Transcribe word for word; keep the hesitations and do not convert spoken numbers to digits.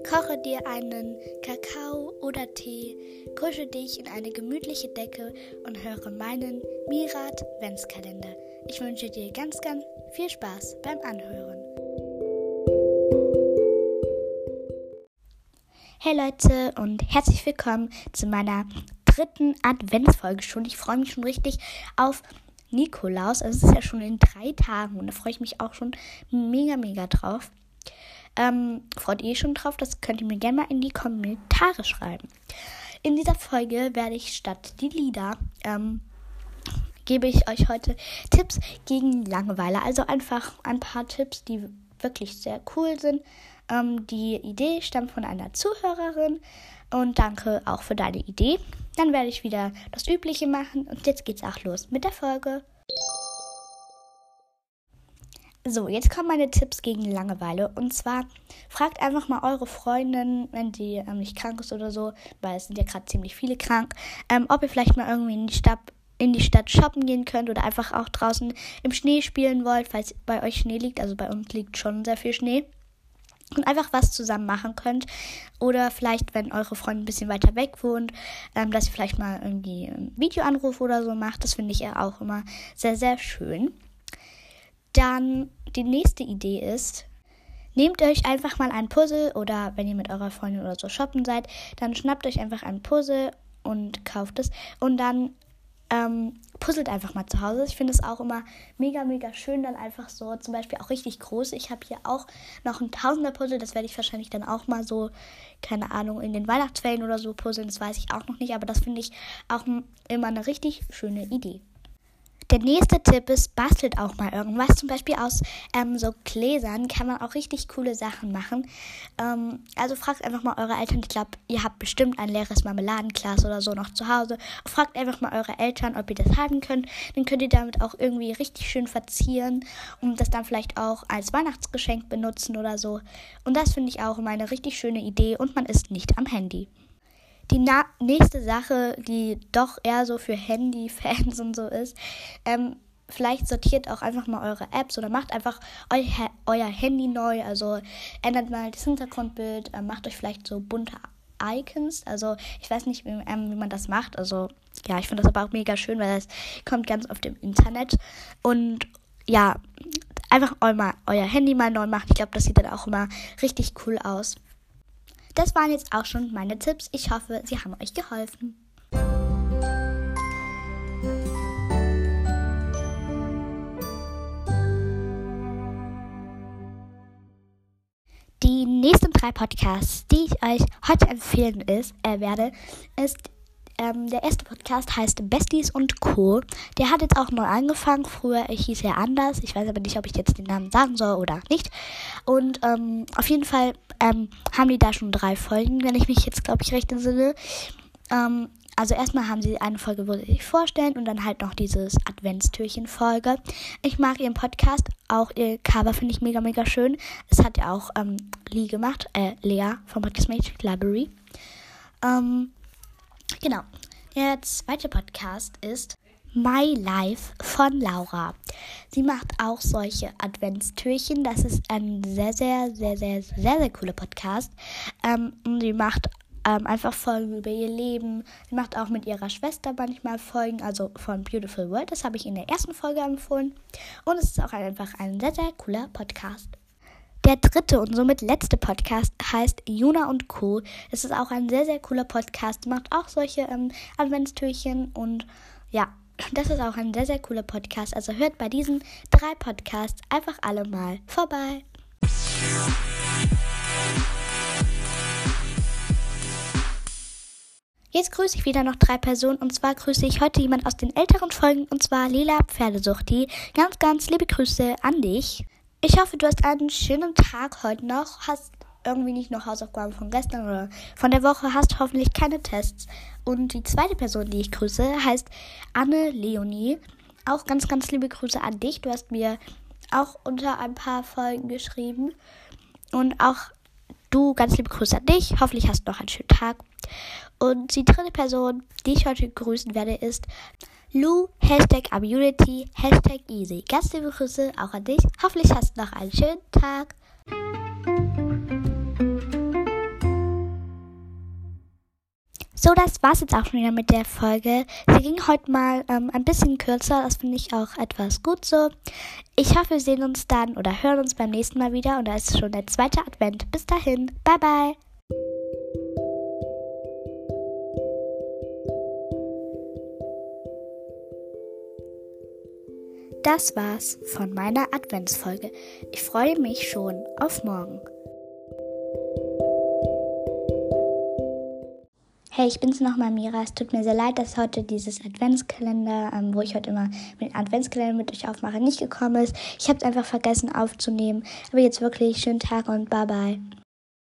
Koche dir einen Kakao oder Tee, kuschel dich in eine gemütliche Decke und höre meinen Mira-Adventskalender. Ich wünsche dir ganz, ganz viel Spaß beim Anhören. Hey Leute und herzlich willkommen zu meiner dritten Adventsfolge schon. Ich freue mich schon richtig auf Nikolaus. Also es ist ja schon in drei Tagen und da freue ich mich auch schon mega, mega drauf. Ähm, freut ihr schon drauf? Das könnt ihr mir gerne mal in die Kommentare schreiben. In dieser Folge werde ich statt die Lieder, ähm, gebe ich euch heute Tipps gegen Langeweile. Also einfach ein paar Tipps, die wirklich sehr cool sind. Ähm, die Idee stammt von einer Zuhörerin und danke auch für deine Idee. Dann werde ich wieder das Übliche machen und jetzt geht's auch los mit der Folge. So, jetzt kommen meine Tipps gegen Langeweile. Und zwar, fragt einfach mal eure Freundin, wenn sie ähm, nicht krank ist oder so, weil es sind ja gerade ziemlich viele krank, ähm, ob ihr vielleicht mal irgendwie in die Stadt, in die Stadt shoppen gehen könnt oder einfach auch draußen im Schnee spielen wollt, falls bei euch Schnee liegt. Also bei uns liegt schon sehr viel Schnee. Und einfach was zusammen machen könnt. Oder vielleicht, wenn eure Freundin ein bisschen weiter weg wohnt, ähm, dass ihr vielleicht mal irgendwie einen Videoanruf oder so macht. Das finde ich ja auch immer sehr, sehr schön. Dann die nächste Idee ist, nehmt euch einfach mal ein Puzzle oder wenn ihr mit eurer Freundin oder so shoppen seid, dann schnappt euch einfach ein Puzzle und kauft es und dann ähm, puzzelt einfach mal zu Hause. Ich finde es auch immer mega, mega schön, dann einfach so zum Beispiel auch richtig groß. Ich habe hier auch noch ein Tausender-Puzzle, das werde ich wahrscheinlich dann auch mal so, keine Ahnung, in den Weihnachtsferien oder so puzzeln, das weiß ich auch noch nicht, aber das finde ich auch immer eine richtig schöne Idee. Der nächste Tipp ist, bastelt auch mal irgendwas. Zum Beispiel aus ähm, so Gläsern kann man auch richtig coole Sachen machen. Ähm, also fragt einfach mal eure Eltern. Ich glaube, ihr habt bestimmt ein leeres Marmeladenglas oder so noch zu Hause. Fragt einfach mal eure Eltern, ob ihr das haben könnt. Dann könnt ihr damit auch irgendwie richtig schön verzieren und das dann vielleicht auch als Weihnachtsgeschenk benutzen oder so. Und das finde ich auch immer eine richtig schöne Idee und man ist nicht am Handy. Die na- nächste Sache, die doch eher so für Handy-Fans und so ist, ähm, vielleicht sortiert auch einfach mal eure Apps oder macht einfach eu- euer Handy neu, also ändert mal das Hintergrundbild, äh, macht euch vielleicht so bunte Icons, also ich weiß nicht, wie, ähm, wie man das macht, also ja, ich finde das aber auch mega schön, weil das kommt ganz oft im Internet und ja, einfach eu- euer Handy mal neu machen, ich glaube, das sieht dann auch immer richtig cool aus. Das waren jetzt auch schon meine Tipps. Ich hoffe, sie haben euch geholfen. Die nächsten drei Podcasts, die ich euch heute empfehlen ist, äh, werde, ist ähm, der erste Podcast heißt Besties und Co. Der hat jetzt auch neu angefangen. Früher hieß er anders. Ich weiß aber nicht, ob ich jetzt den Namen sagen soll oder nicht. Und ähm, auf jeden Fall ähm, haben die da schon drei Folgen, wenn ich mich jetzt, glaube ich, recht entsinne. Ähm, also erstmal haben sie eine Folge, wo sie sich vorstellen und dann halt noch dieses Adventstürchen-Folge. Ich mag ihren Podcast, auch ihr Cover finde ich mega, mega schön. Es hat ja auch ähm, Lee gemacht, äh, Lea vom Podcast Magic Library. Ähm, genau. Der zweite Podcast ist My Life von Laura. Sie macht auch solche Adventstürchen. Das ist ein sehr, sehr, sehr, sehr, sehr, sehr cooler Podcast. Ähm, und sie macht ähm, einfach Folgen über ihr Leben. Sie macht auch mit ihrer Schwester manchmal Folgen, also von Beautiful World. Das habe ich in der ersten Folge empfohlen. Und es ist auch einfach ein sehr, sehr cooler Podcast. Der dritte und somit letzte Podcast heißt Juna und Co. Es ist auch ein sehr, sehr cooler Podcast. Sie macht auch solche ähm, Adventstürchen und ja, das ist auch ein sehr, sehr cooler Podcast. Also hört bei diesen drei Podcasts einfach alle mal vorbei. Jetzt grüße ich wieder noch drei Personen und zwar grüße ich heute jemand aus den älteren Folgen und zwar Lila Pferdesuchti. Ganz, ganz liebe Grüße an dich. Ich hoffe, du hast einen schönen Tag heute noch, hast irgendwie nicht noch Hausaufgaben von gestern oder von der Woche, hast hoffentlich keine Tests. Und die zweite Person, die ich grüße, heißt Anne Leonie. Auch ganz, ganz liebe Grüße an dich. Du hast mir auch unter ein paar Folgen geschrieben. Und auch du, ganz liebe Grüße an dich. Hoffentlich hast du noch einen schönen Tag. Und die dritte Person, die ich heute grüßen werde, ist Lu, Hashtag Immunity, Hashtag Easy. Ganz liebe Grüße auch an dich. Hoffentlich hast du noch einen schönen Tag. So, das war's jetzt auch schon wieder mit der Folge. Sie ging heute mal ähm, ein bisschen kürzer, das finde ich auch etwas gut so. Ich hoffe, wir sehen uns dann oder hören uns beim nächsten Mal wieder und da ist schon der zweite Advent. Bis dahin, bye bye! Das war's von meiner Adventsfolge. Ich freue mich schon auf morgen. Hey, ich bin's nochmal, Mira. Es tut mir sehr leid, dass heute dieses Adventskalender, ähm, wo ich heute immer den Adventskalender mit euch aufmache, nicht gekommen ist. Ich habe es einfach vergessen aufzunehmen. Aber jetzt wirklich schönen Tag und bye bye.